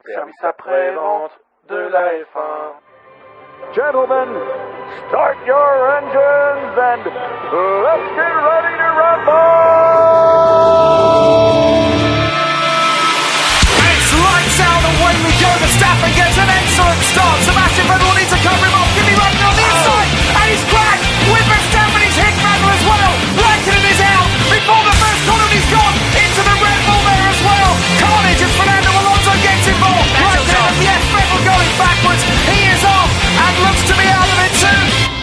service après-vente de la F1. Gentlemen, start your engines and let's get ready to rumble! It's lights out, away we go. Verstappen gets an excellent start. Sebastian Vettel needs to cover him off. Kimi Raikkonen on the inside, and he's cracked with Verstappen. He's hit Vettel as well. Raikkonen is out before the first corner. He's gone into the Red Bull there as well. Carnage as Fernando Alonso gets involved. Raikkonen, yes, Vettel going backwards. He is off and looks to be out of it too.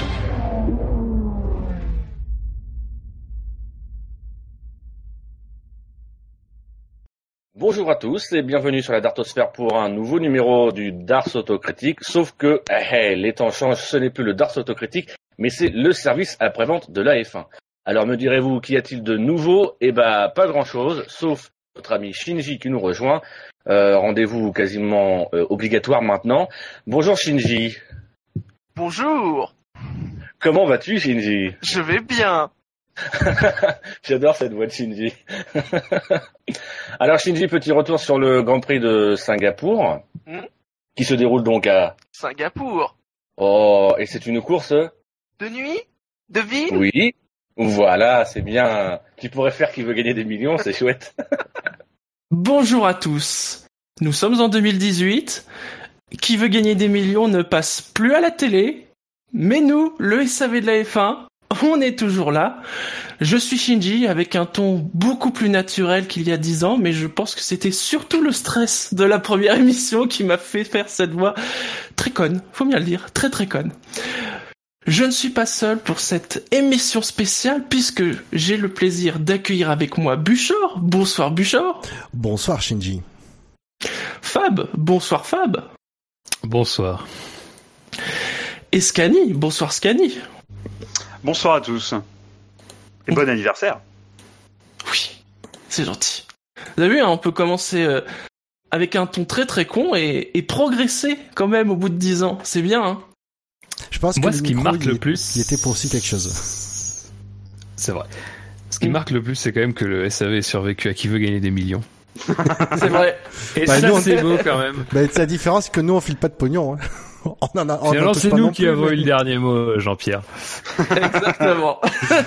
Bonjour à tous et bienvenue sur la Dartosphère pour un nouveau numéro du Darts Autocritique. Sauf que, les temps changent, ce n'est plus le Darts Autocritique, mais c'est le service après-vente de la F1. Alors me direz-vous, qu'y a-t-il de nouveau ? Eh ben, pas grand-chose, sauf notre ami Shinji qui nous rejoint. Rendez-vous quasiment obligatoire maintenant. Bonjour Shinji. Bonjour. Comment vas-tu Shinji ? Je vais bien. J'adore cette voix de Shinji. Alors Shinji, petit retour sur le Grand Prix de Singapour, qui se déroule donc à Singapour. Oh, et c'est une course De nuit ? De ville ? Oui. Voilà, c'est bien. Tu pourrais faire Qui veut gagner des millions, c'est chouette. Bonjour à tous. Nous sommes en 2018. Qui veut gagner des millions ne passe plus à la télé. Mais nous, le SAV de la F1, on est toujours là. Je suis Shinji avec un ton beaucoup plus naturel qu'il y a 10 ans, mais je pense que c'était surtout le stress de la première émission qui m'a fait faire cette voix très conne, faut bien le dire, très très conne. Je ne suis pas seul pour cette émission spéciale puisque j'ai le plaisir d'accueillir avec moi Buchor. Bonsoir Buchor. Bonsoir Shinji. Fab. Bonsoir Fab. Bonsoir. Et Scani. Bonsoir Scani. Bonsoir à tous. Et bon anniversaire. Oui, c'est gentil. Vous avez vu, on peut commencer avec un ton très très con et progresser quand même au bout de 10 ans. C'est bien, hein. Je pense moi, que ce qui marque le plus, il était pour aussi quelque chose. C'est vrai. Ce qui marque le plus, c'est quand même que le SAV ait survécu à Qui veut gagner des millions. C'est vrai. Et Bah, ça, nous, c'est beau quand même. Bah, c'est la différence, c'est que nous, on file pas de pognon. Hein. Finalement, c'est nous qui avons eu le dernier mot, Jean-Pierre. Exactement.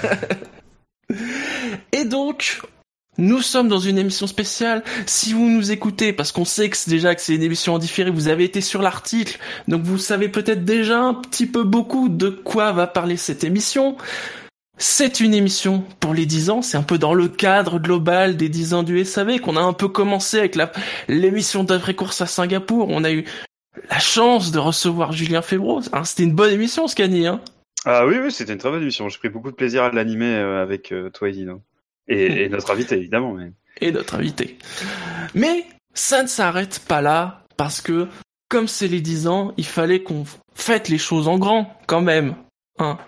Et donc, nous sommes dans une émission spéciale. Si vous nous écoutez, parce qu'on sait que c'est une émission en différé, vous avez été sur l'article, donc vous savez peut-être déjà un petit peu beaucoup de quoi va parler cette émission. C'est une émission pour les 10 ans, c'est un peu dans le cadre global des 10 ans du SAV qu'on a un peu commencé avec l'émission d'après-course à Singapour. On a eu la chance de recevoir Julien Febvre. Hein, c'était une bonne émission, Scani, hein. Ah oui, c'était une très bonne émission. J'ai pris beaucoup de plaisir à l'animer avec toi et Dino. Et notre invité, évidemment. Et notre invité. Mais ça ne s'arrête pas là, parce que, comme c'est les 10 ans, il fallait qu'on fête les choses en grand, quand même. Hein.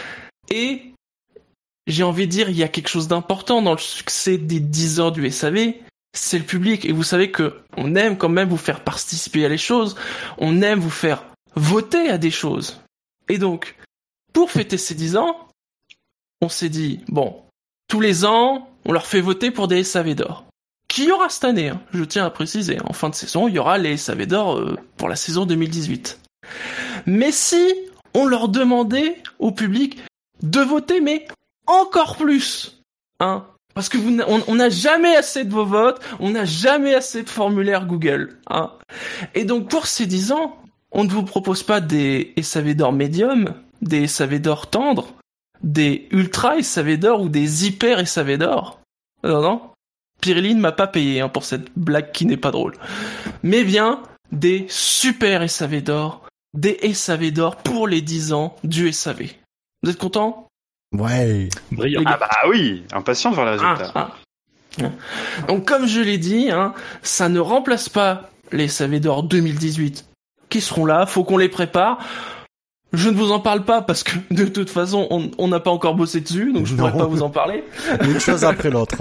Et j'ai envie de dire, il y a quelque chose d'important dans le succès des 10 ans du SAV, c'est le public. Et vous savez que on aime quand même vous faire participer à les choses, on aime vous faire voter à des choses. Et donc, pour fêter ces 10 ans, on s'est dit, bon, tous les ans, on leur fait voter pour des SAV d'or. Qu'il y aura cette année, hein, je tiens à préciser. En fin de saison, il y aura les SAV d'or pour la saison 2018. Mais si on leur demandait au public de voter, mais encore plus, hein, parce que on n'a jamais assez de vos votes, on n'a jamais assez de formulaires Google, hein. Et donc pour ces 10 ans, on ne vous propose pas des SAV d'or médium, des SAV d'or tendres, des ultra SAV d'or ou des hyper SAV d'or. Non. Pirelli ne m'a pas payé, hein, pour cette blague qui n'est pas drôle. Mais bien des super SAV d'or, des SAV d'or pour les 10 ans du SAV. Vous êtes contents ? Ouais. Brillant. Ah bah oui, impatient de voir les résultats. Donc comme je l'ai dit, hein, ça ne remplace pas les SAV d'or 2018 qui seront là, faut qu'on les prépare. Je ne vous en parle pas parce que de toute façon on n'a pas encore bossé dessus, donc je ne pourrais pas vous en parler. Une chose après l'autre.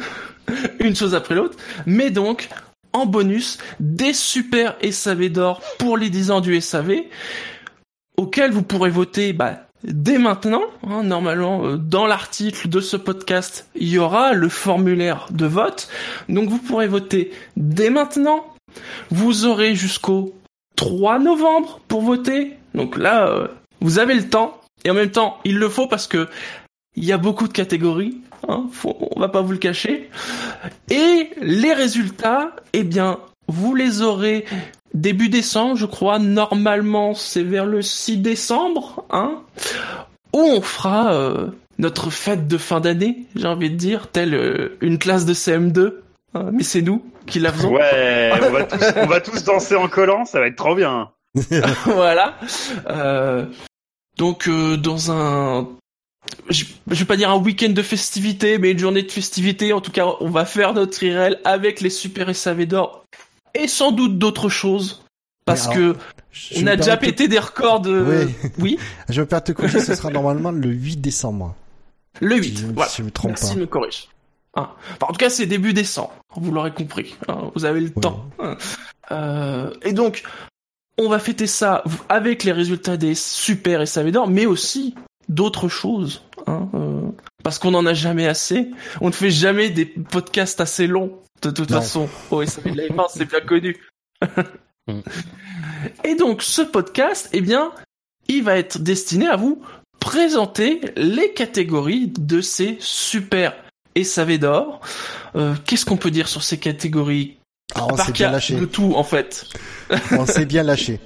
Une chose après l'autre. Mais donc, en bonus, des super SAV d'or pour les 10 ans du SAV, auxquels vous pourrez voter dès maintenant, hein, normalement, dans l'article de ce podcast, il y aura le formulaire de vote. Donc vous pourrez voter dès maintenant Vous aurez jusqu'au 3 novembre pour voter. Donc là, vous avez le temps. Et en même temps, il le faut parce que il y a beaucoup de catégories. On va pas vous le cacher. Et les résultats, eh bien, vous les aurez début décembre, je crois. Normalement, c'est vers le 6 décembre, où on fera notre fête de fin d'année, j'ai envie de dire, telle une classe de CM2. Mais c'est nous qui la faisons. Ouais, on va tous danser en collant, ça va être trop bien. Voilà. Donc, dans un... Je vais pas dire un week-end de festivité, mais une journée de festivité. En tout cas, on va faire notre IRL avec les Super SAV d'or et sans doute d'autres choses. Parce que on a déjà pété des records de... Oui. Je me permets de te corriger, ce sera normalement le 8 décembre. Le 8, voilà. Si je me trompe Merci pas. de me corriger. Enfin, en tout cas, c'est début décembre. Vous l'aurez compris. Vous avez le temps. Et donc, on va fêter ça avec les résultats des Super SAV d'or, mais aussi d'autres choses. Parce qu'on n'en a jamais assez. On ne fait jamais des podcasts assez longs. De toute façon, au SAV de la F1, c'est bien connu. Et donc, ce podcast, eh bien, il va être destiné à vous présenter les catégories de ces Super SAV d'or. Qu'est-ce qu'on peut dire sur ces catégories? On s'est bien lâché. De tout, en fait. On s'est bien lâché.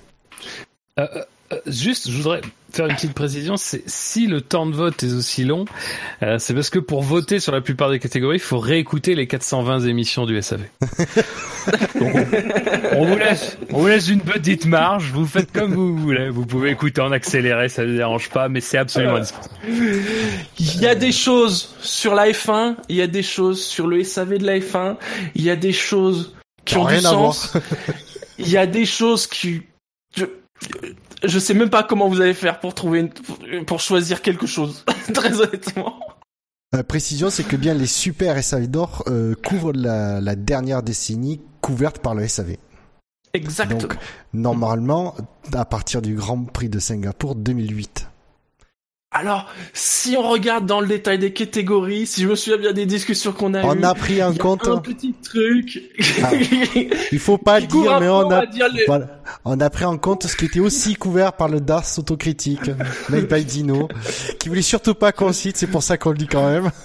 Juste, je voudrais faire une petite précision. Si le temps de vote est aussi long, c'est parce que pour voter sur la plupart des catégories, il faut réécouter les 420 émissions du SAV. Donc on vous laisse une petite marge. Vous faites comme vous voulez. Vous pouvez écouter en accéléré, ça ne dérange pas, mais c'est absolument indispensable. Il y a des choses sur la F1, il y a des choses sur le SAV de la F1, il y a des choses qui ont du sens. Il y a des choses qui... Je sais même pas comment vous allez faire pour choisir quelque chose. Très honnêtement. Précision, c'est que bien les Super SAV d'or couvrent la dernière décennie couverte par le SAV. Exactement. Donc, normalement, à partir du Grand Prix de Singapour 2008. Alors, si on regarde dans le détail des catégories, si je me souviens bien des discussions qu'on a eues, on a pris en compte un petit truc. Il faut pas le dire, mais voilà. on a pris en compte ce qui était aussi couvert par le DAS autocritique, made by Dino, qui voulait surtout pas qu'on cite, c'est pour ça qu'on le dit quand même.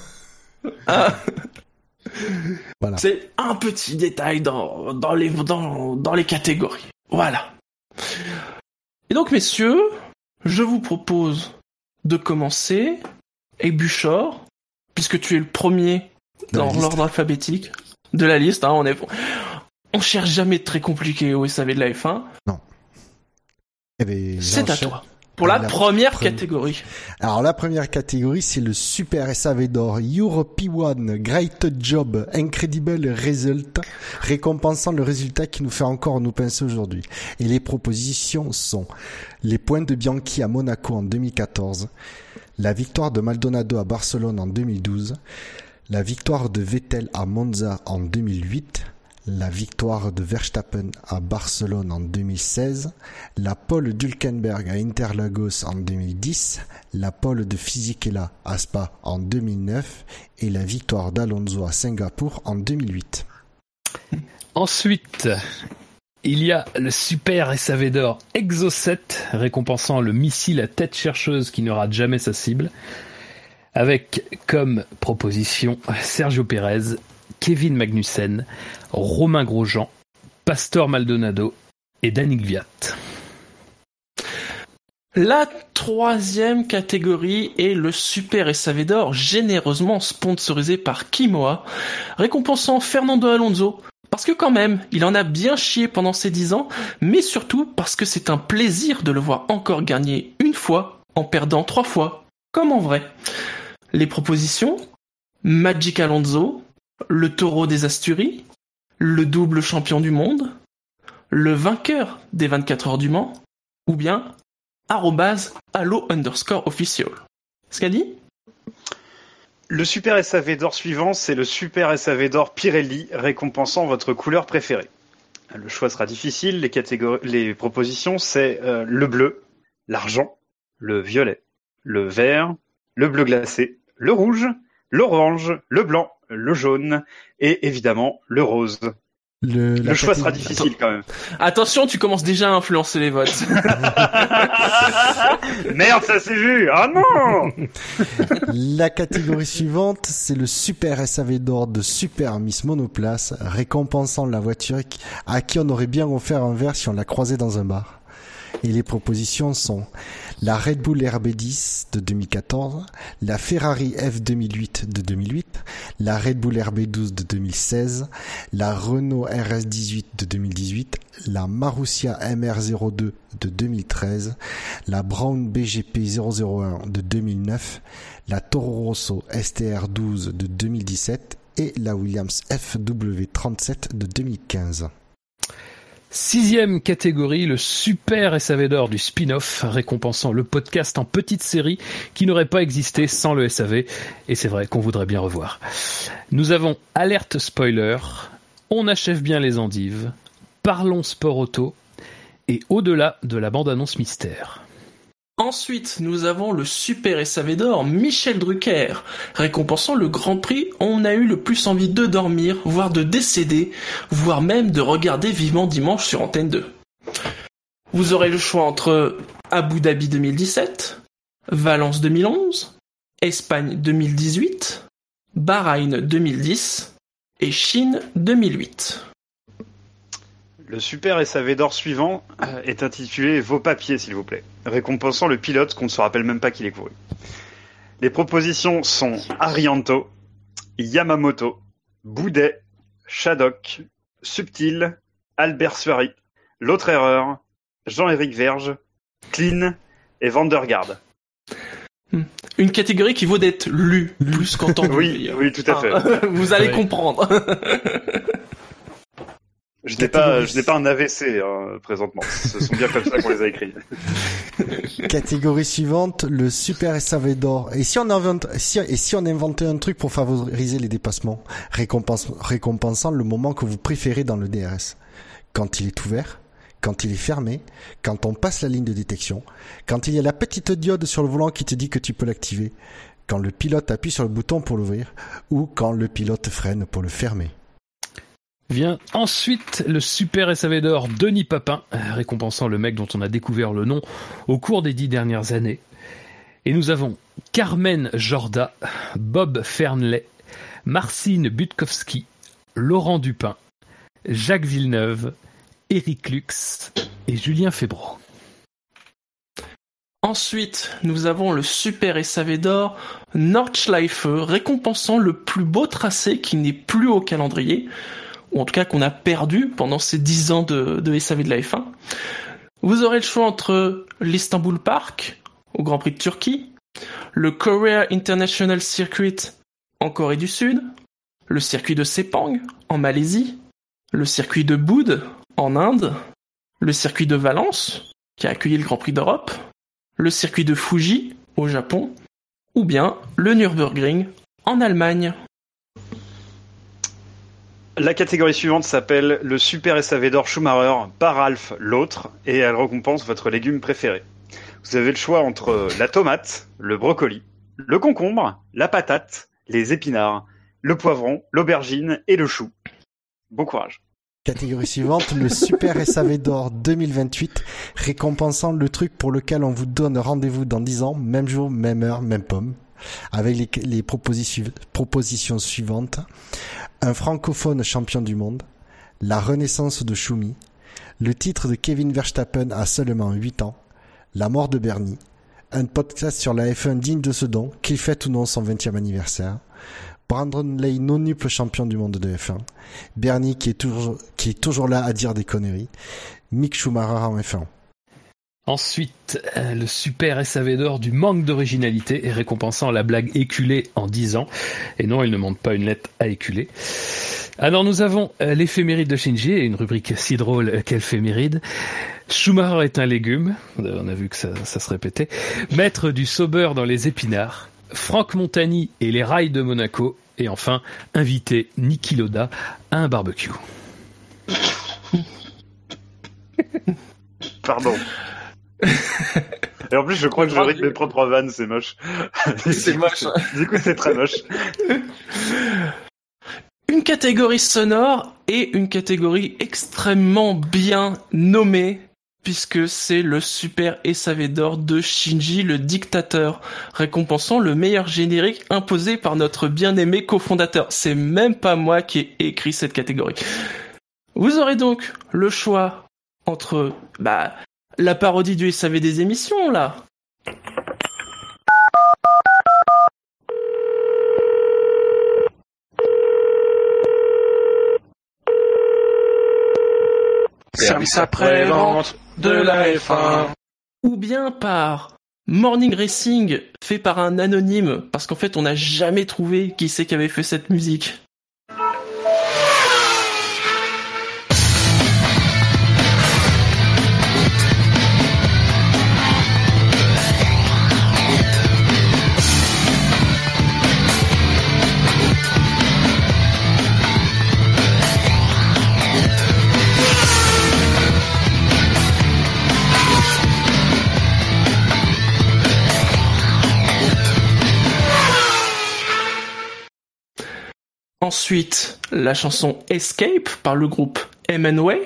Voilà. C'est un petit détail dans les catégories. Voilà. Et donc, messieurs, je vous propose de commencer avec Buchor, puisque tu es le premier dans l'ordre alphabétique de la liste. On cherche jamais de très compliqué au SAV de la F1. Non. C'est à toi. Pour la première catégorie. Alors la première catégorie, c'est le Super SAV d'or Europe P1 Great Job Incredible Result, récompensant le résultat qui nous fait encore nous pincer aujourd'hui. Et les propositions sont les points de Bianchi à Monaco en 2014, la victoire de Maldonado à Barcelone en 2012, la victoire de Vettel à Monza en 2008, la victoire de Verstappen à Barcelone en 2016, la pole d'Hülkenberg à Interlagos en 2010, la pole de Fisichella à Spa en 2009 et la victoire d'Alonso à Singapour en 2008. Ensuite, il y a le Super SAV d'or Exocet, récompensant le missile à tête chercheuse qui ne rate jamais sa cible, avec comme proposition Sergio Pérez, Kevin Magnussen, Romain Grosjean, Pastor Maldonado et Daniil Kvyat. La troisième catégorie est le Super SAV d'or, généreusement sponsorisé par Kimoa, récompensant Fernando Alonso, parce que quand même, il en a bien chié pendant ses 10 ans, mais surtout parce que c'est un plaisir de le voir encore gagner une fois, en perdant 3 fois, comme en vrai. Les propositions: Magic Alonso, le taureau des Asturies, le double champion du monde, le vainqueur des 24 heures du Mans, ou bien @allo_official. Ce qu'a dit? Le Super SAV d'or suivant, c'est le Super SAV d'or Pirelli, récompensant votre couleur préférée. Le choix sera difficile, les propositions, c'est le bleu, l'argent, le violet, le vert, le bleu glacé, le rouge, l'orange, le blanc, le jaune et évidemment le rose. Le choix sera difficile quand même. Attention, tu commences déjà à influencer les votes. Merde, ça s'est vu. Ah non. La catégorie suivante, c'est le Super SAV d'or de Super Miss Monoplace, récompensant la voiture à qui on aurait bien offert un verre si on l'a croisée dans un bar. Et les propositions sont la Red Bull RB10 de 2014, la Ferrari F2008 de 2008, la Red Bull RB12 de 2016, la Renault RS18 de 2018, la Marussia MR02 de 2013, la Brown BGP 001 de 2009, la Toro Rosso STR12 de 2017 et la Williams FW37 de 2015. 6e catégorie, le super SAV d'or du spin-off, récompensant le podcast en petite série qui n'aurait pas existé sans le SAV, et c'est vrai qu'on voudrait bien revoir. Nous avons Alerte Spoiler, On achève bien les endives, Parlons sport auto, et Au-delà de la bande-annonce mystère. Ensuite, nous avons le Super SAV d'or Michel Drucker, récompensant le Grand Prix où on a eu le plus envie de dormir, voire de décéder, voire même de regarder vivement dimanche sur Antenne 2. Vous aurez le choix entre Abu Dhabi 2017, Valence 2011, Espagne 2018, Bahreïn 2010 et Chine 2008. Le super SAV d'or suivant est intitulé Vos papiers, s'il vous plaît, récompensant le pilote qu'on ne se rappelle même pas qu'il est couru. Les propositions sont Arianto, Yamamoto, Boudet, Shaddock, Subtil, Albert Suari, L'autre erreur, Jean-Éric Verge, Clean et Vandergaard. Une catégorie qui vaut d'être lue plus qu'entendue. Oui, tout à fait. Vous allez comprendre. Je n'ai pas un AVC présentement. Ce sont bien comme ça qu'on les a écrits. Catégorie suivante, le Super SAV d'or. Et si on inventait un truc pour favoriser les dépassements, récompensant le moment que vous préférez dans le DRS. Quand il est ouvert, quand il est fermé, quand on passe la ligne de détection, quand il y a la petite diode sur le volant qui te dit que tu peux l'activer, quand le pilote appuie sur le bouton pour l'ouvrir, ou quand le pilote freine pour le fermer. Vient ensuite le super SAV d'or Denis Papin, récompensant le mec dont on a découvert le nom au cours des 10 dernières années. Et nous avons Carmen Jorda, Bob Fernley, Marcine Butkowski, Laurent Dupin, Jacques Villeneuve, Éric Lux et Julien Febvre. Ensuite, nous avons le Super SAV d'or Nordschleife, récompensant le plus beau tracé qui n'est plus au calendrier, ou en tout cas qu'on a perdu pendant ces 10 ans de SAV de la F1. Vous aurez le choix entre l'Istanbul Park, au Grand Prix de Turquie, le Korea International Circuit en Corée du Sud, le circuit de Sepang en Malaisie, le circuit de Boud en Inde, le circuit de Valence, qui a accueilli le Grand Prix d'Europe, le circuit de Fuji au Japon, ou bien le Nürburgring en Allemagne. La catégorie suivante s'appelle le Super SAV d'or Schumacher par Ralph l'autre, et elle récompense votre légume préféré. Vous avez le choix entre la tomate, le brocoli, le concombre, la patate, les épinards, le poivron, l'aubergine et le chou. Bon courage. Catégorie suivante, le Super SAV d'or 2028, récompensant le truc pour lequel on vous donne rendez-vous dans 10 ans, même jour, même heure, même pomme, avec les propositions suivantes. Un francophone champion du monde, la renaissance de Schumi, le titre de Kevin Verstappen à seulement 8 ans, la mort de Bernie, un podcast sur la F1 digne de ce don, qu'il fête ou non son 20e anniversaire, Brandon Lane non-nuple champion du monde de F1, Bernie qui est toujours là à dire des conneries, Mick Schumacher en F1. Ensuite, le super SAV d'or du manque d'originalité et récompensant la blague éculée en 10 ans. Et non, il ne manque pas une lettre à éculer. Alors nous avons l'éphéméride de Shinji, et une rubrique si drôle qu'éphéméride. Schumacher est un légume, on a vu que ça se répétait. Maître du Sauber dans les épinards. Franck Montagny et les rails de Monaco. Et enfin, invité Niki Lauda à un barbecue. Pardon. Et en plus, je crois que je rythme mes propres vannes, c'est moche. C'est moche. Du coup, c'est très moche. une catégorie sonore et une catégorie extrêmement bien nommée, puisque c'est le Super SAV d'or de Shinji le dictateur, récompensant le meilleur générique imposé par notre bien-aimé cofondateur. C'est même pas moi qui ai écrit cette catégorie. Vous aurez donc le choix entre la parodie du SAV des émissions, là. Service après-vente de la F1. Ou bien par Morning Racing fait par un anonyme, parce qu'en fait on n'a jamais trouvé qui c'est qui avait fait cette musique. Ensuite, la chanson Escape par le groupe M&Way.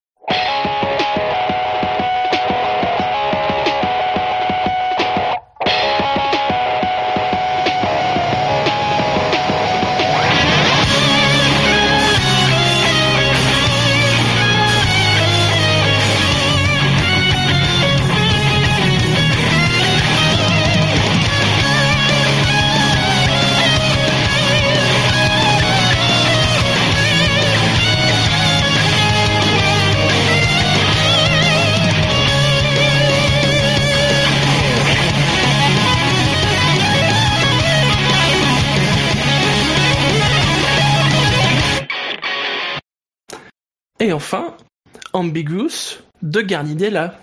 Et enfin, Ambiguous de Garnidella.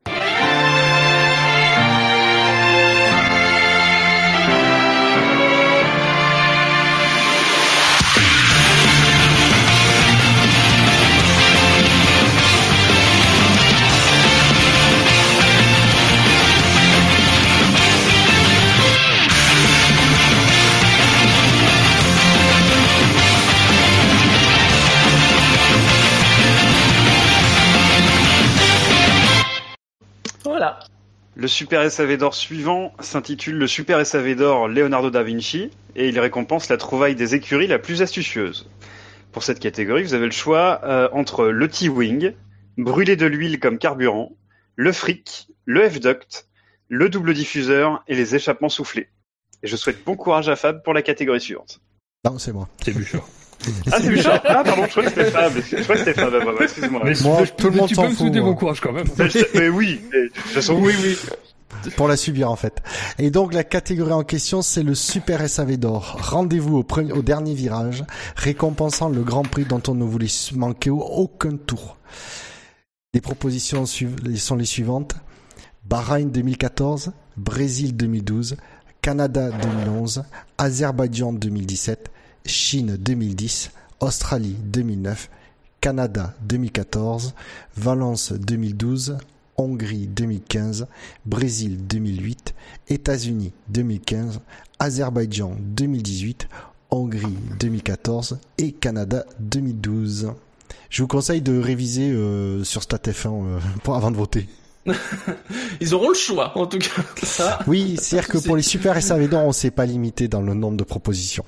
Voilà. Le Super SAV d'or suivant s'intitule le Super SAV d'or Leonardo da Vinci et il récompense la trouvaille des écuries la plus astucieuse. Pour cette catégorie, vous avez le choix entre le T-Wing, brûler de l'huile comme carburant, le fric, le F-duct, le double diffuseur et les échappements soufflés. Et je souhaite bon courage à Fab pour la catégorie suivante. Non, c'est moi. C'est Bouchard. Ah, c'est Bouchard. Ah, pardon, je crois que c'était Fab. Excuse-moi. Mais Moi, tout le monde tu s'en peux me fout, souhaiter moi. bon courage quand même. Mais oui, de toute façon, oui. Pour la subir en fait. Et donc la catégorie en question, c'est le Super SAV d'or. Rendez-vous au dernier virage, récompensant le Grand Prix dont on ne voulait manquer aucun tour. Les propositions sont les suivantes: Bahreïn 2014, Brésil 2012, Canada 2011, Azerbaïdjan 2017, Chine 2010, Australie 2009, Canada 2014, Valence 2012, Hongrie 2015, Brésil 2008, États-Unis 2015, Azerbaïdjan 2018, Hongrie 2014 et Canada 2012. Je vous conseille de réviser sur StatF1 avant de voter. Ils auront le choix, en tout cas. Ça, oui, c'est-à-dire que pour les Super SAV d'or, on s'est pas limité dans le nombre de propositions.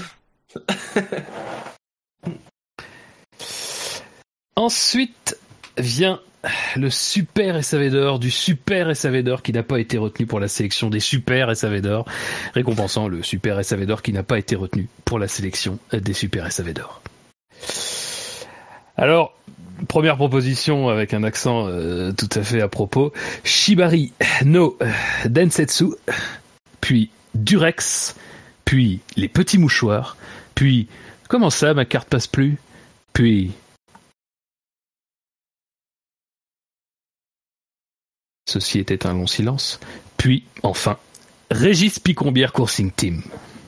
Ensuite vient le Super SAV d'or du Super SAV d'or qui n'a pas été retenu pour la sélection des Super SAV d'or, récompensant le Super SAV d'or qui n'a pas été retenu pour la sélection des Super SAV d'or. Alors, première proposition avec un accent tout à fait à propos: Shibari no Densetsu, puis Durex, puis les petits mouchoirs, puis comment ça ma carte passe plus, puis ceci était un long silence, puis enfin Régis Picombière Coursing Team.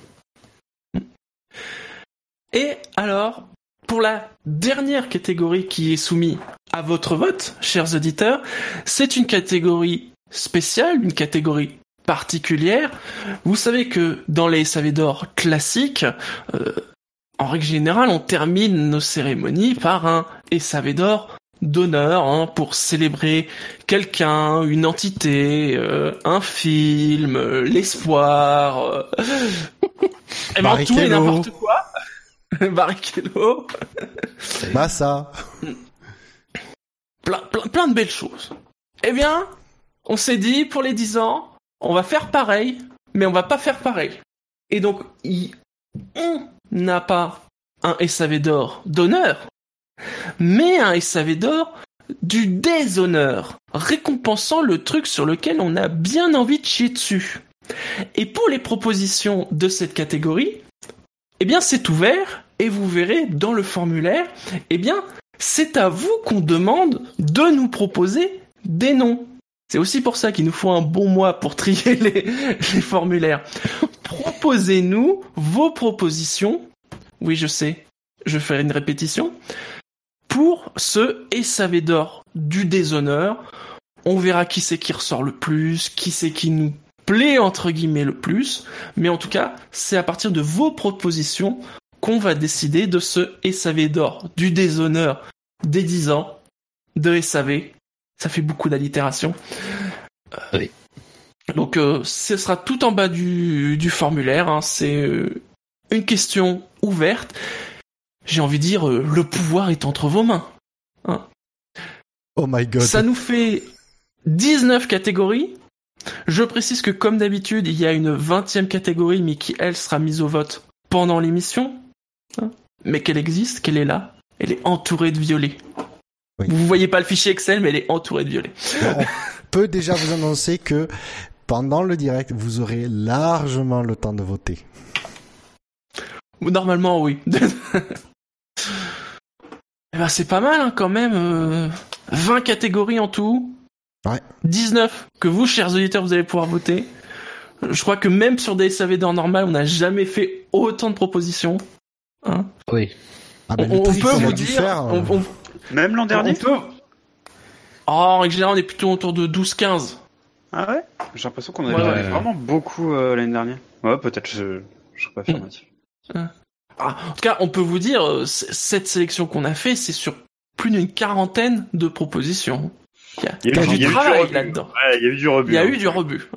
Et alors, pour la dernière catégorie qui est soumise à votre vote, chers auditeurs, c'est une catégorie spéciale, une catégorie particulière. Vous savez que dans les SAV d'or classiques, en règle générale, on termine nos cérémonies par un SAV d'or d'honneur, pour célébrer quelqu'un, une entité, un film, l'espoir, tout et n'importe quoi. Barrichello. Massa. Plein de belles choses. Eh bien, on s'est dit, pour les 10 ans, on va faire pareil, mais on va pas faire pareil. Et donc, on n'a pas un SAV d'or d'honneur, mais un SAV d'or du déshonneur, récompensant le truc sur lequel on a bien envie de chier dessus. Et pour les propositions de cette catégorie, eh bien c'est ouvert, et vous verrez dans le formulaire, eh bien c'est à vous qu'on demande de nous proposer des noms. C'est aussi pour ça qu'il nous faut un bon mois pour trier les formulaires. Proposez-nous vos propositions. Oui, je sais, je ferai une répétition. Pour ce SAV d'or du déshonneur, on verra qui c'est qui ressort le plus, qui c'est qui nous plaît entre guillemets le plus, mais en tout cas, c'est à partir de vos propositions qu'on va décider de ce SAV d'or du déshonneur des 10 ans de SAV. Ça fait beaucoup d'allitération. Oui. Donc, ce sera tout en bas du formulaire. C'est une question ouverte. J'ai envie de dire, le pouvoir est entre vos mains. Oh my god. Ça nous fait 19 catégories. Je précise que, comme d'habitude, il y a une 20e catégorie, mais qui, elle, sera mise au vote pendant l'émission. Mais qu'elle existe, qu'elle est là. Elle est entourée de violets. Oui. Vous voyez pas le fichier Excel, mais elle est entourée de violets. On peut déjà vous annoncer que pendant le direct, vous aurez largement le temps de voter. Normalement, oui. Eh ben, c'est pas mal, quand même. 20 catégories en tout. Ouais. 19 que vous, chers auditeurs, vous allez pouvoir voter. Je crois que même sur des SAV d'or normal, on n'a jamais fait autant de propositions. Oui. Ah ben, on peut vous dire... Même l'an dernier en règle générale, on est plutôt autour de 12-15. Ah ouais? J'ai l'impression qu'on avait vraiment beaucoup l'année dernière. Ouais, peut-être, je serais pas affirmatif. En tout cas, on peut vous dire, cette sélection qu'on a fait, c'est sur plus d'une quarantaine de propositions. Il y a eu du travail là-dedans. Ouais, il y a eu du rebut. Il y a eu du rebut.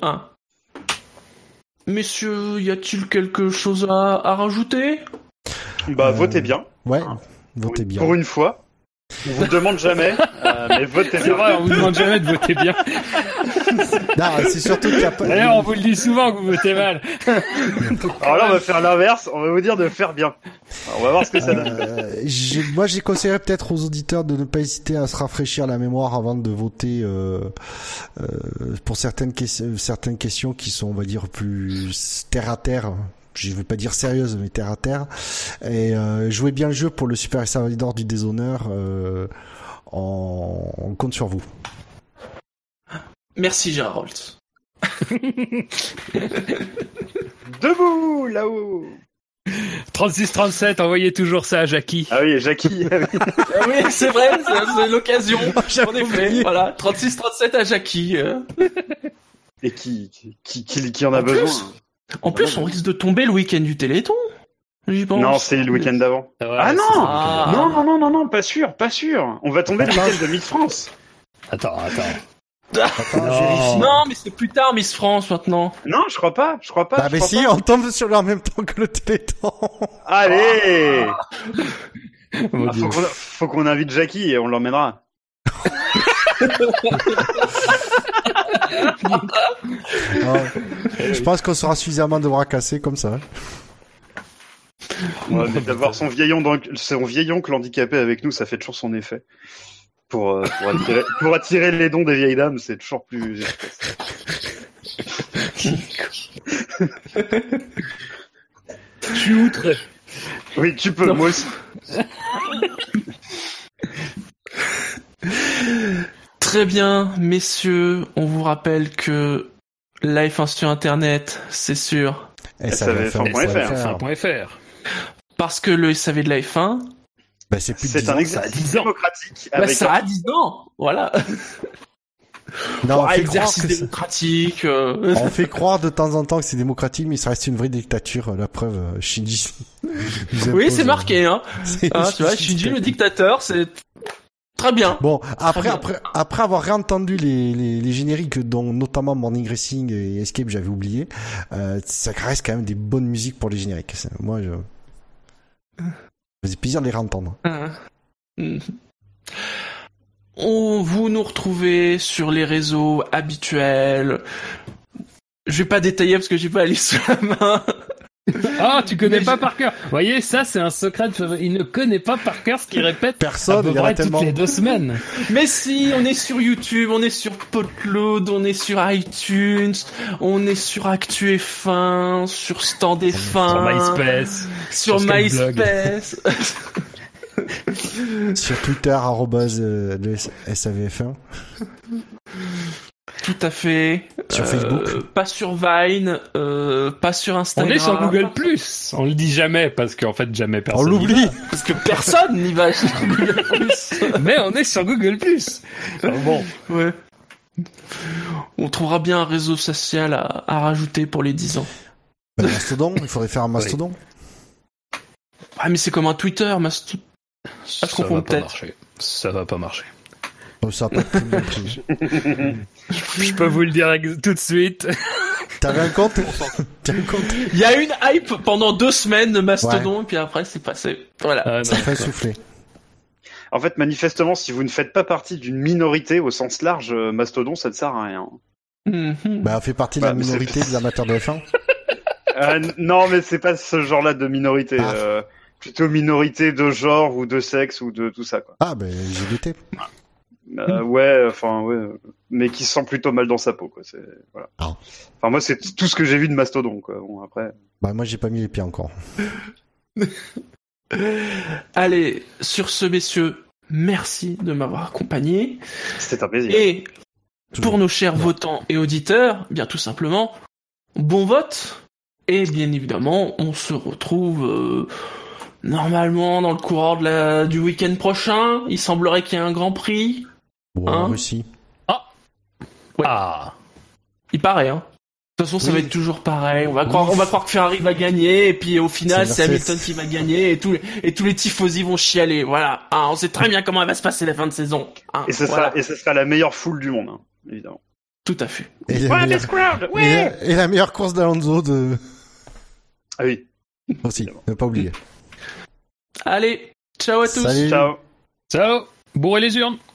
Messieurs, y a-t-il quelque chose à rajouter? Votez bien. Ouais, votez bien. Pour une fois. On vous demande jamais, mais votez bien. C'est vrai, on vous demande jamais de voter bien. Non, c'est surtout qu'il y a pas... D'ailleurs, on vous le dit souvent que vous votez mal. Alors là, on va faire l'inverse, on va vous dire de faire bien. Alors, on va voir ce que ça donne. Moi, j'ai conseillé peut-être aux auditeurs de ne pas hésiter à se rafraîchir la mémoire avant de voter pour certaines questions qui sont, on va dire, plus terre à terre. Je vais pas dire sérieuse, mais terre à terre. Et jouez bien le jeu pour le Super SAV d'or du déshonneur. On compte sur vous. Merci Gérard Roltz. Debout, là-haut. 36-37, envoyez toujours ça à Jackie. Ah oui, Jackie. Oui, c'est vrai, c'est l'occasion. En effet, voilà, 36-37 à Jackie. Et qui en a besoin. En plus, on risque de tomber le week-end du Téléthon. J'y pense. Non, c'est le week-end d'avant. Ouais, Non, pas sûr. On va tomber le week-end de Miss France. Attends. Non, mais c'est plus tard, Miss France, maintenant. Non, je crois pas. Ah, mais si, on tombe sur le en même temps que le Téléthon. Allez! Faut qu'on invite Jackie et on l'emmènera. Je pense qu'on sera suffisamment de bras cassés comme ça. Ouais, mais d'avoir son vieil oncle handicapé avec nous, ça fait toujours son effet. Pour attirer les dons des vieilles dames, c'est toujours plus efficace. Je suis outré. Oui, tu peux, moi aussi. Très bien, messieurs, on vous rappelle que Live sur Internet, c'est sur SAVF1.fr. Parce que le SAV de la F1, c'est plus de 10 un ans. exercice démocratique. Ça a 10 ans, voilà. Non, on fait croire exercice que démocratique. on fait croire de temps en temps que c'est démocratique, mais ça reste une vraie dictature. La preuve, Shinji. Oui, c'est marqué, hein. Tu vois, Shinji le dictateur, c'est très bien. Bon, après avoir réentendu les génériques, dont notamment Morning Racing et Escape, j'avais oublié, ça reste quand même des bonnes musiques pour les génériques. Moi, ça faisait plaisir de les réentendre. Vous nous retrouvez sur les réseaux habituels. Je vais pas détailler parce que j'ai pas la liste sous la main. Ah, tu connais pas par cœur. Vous voyez, ça, c'est un secret. Il ne connaît pas par cœur ce qu'il répète. Personne, à peu il y en a près tellement. toutes les 2 semaines. Mais si, on est sur YouTube, on est sur Podcloud, on est sur iTunes, on est sur Actu F1, sur Stand F1, Sur MySpace. sur sur Skyblog. MySpace. Sur Twitter, le SAVF1. Tout à fait. Sur Facebook. Pas sur Vine, pas sur On Instagram. est sur Google+. On le dit jamais parce qu'en fait, jamais personne. On l'oublie. Parce que personne n'y va sur Google+. Mais on est sur Google+. Alors bon. Ouais. On trouvera bien un réseau social à rajouter pour les 10 ans. Mastodon, il faudrait faire un Mastodon. Ah, mais c'est comme un Twitter, Mastodon. Ça je comprends va pas peut-être. marcher. Ça va pas marcher. Oh, ça a pas été bien pris. Je peux vous le dire tout de suite. T'avais un compte? T'as un compte? Il y a une hype pendant 2 semaines de Mastodon, et puis après c'est passé. Voilà. Ah, non. Ça fait souffler. En fait, manifestement, si vous ne faites pas partie d'une minorité au sens large, Mastodon, ça ne sert à rien. Mhm. Bah, on fait partie de la Bah, mais minorité des amateurs de F1. Non, mais c'est pas ce genre-là de minorité. Ah. Plutôt minorité de genre ou de sexe ou de tout ça, quoi. Ah, ben, LGBT. Ouais, mais qui se sent plutôt mal dans sa peau, quoi. Voilà. Ah. Enfin, moi, c'est tout ce que j'ai vu de Mastodon, quoi. Bon, après. Bah, moi, j'ai pas mis les pieds encore. Allez, sur ce, messieurs, merci de m'avoir accompagné. C'était un plaisir. Et pour nos chers votants et auditeurs, bien tout simplement, bon vote. Et bien évidemment, on se retrouve normalement dans le courant du week-end prochain. Il semblerait qu'il y ait un Grand Prix. Bon, Hein en Russie. Ouais. Ah. Il paraît, hein. De toute façon, ça Oui. va être toujours pareil. On va croire que Ferrari va gagner, et puis au final, c'est Mercedes. Hamilton qui va gagner, et tous les tifosi vont chialer. Voilà. Hein, on sait très bien comment elle va se passer la fin de saison. Hein, Et ce voilà. sera la meilleure foule du monde, hein, évidemment. Tout à fait. Et la meilleure- et la meilleure course d'Alonso Ah oui. aussi. Ne pas oublier. Allez, ciao à tous. Salut. Ciao. Ciao. Bourrez les urnes.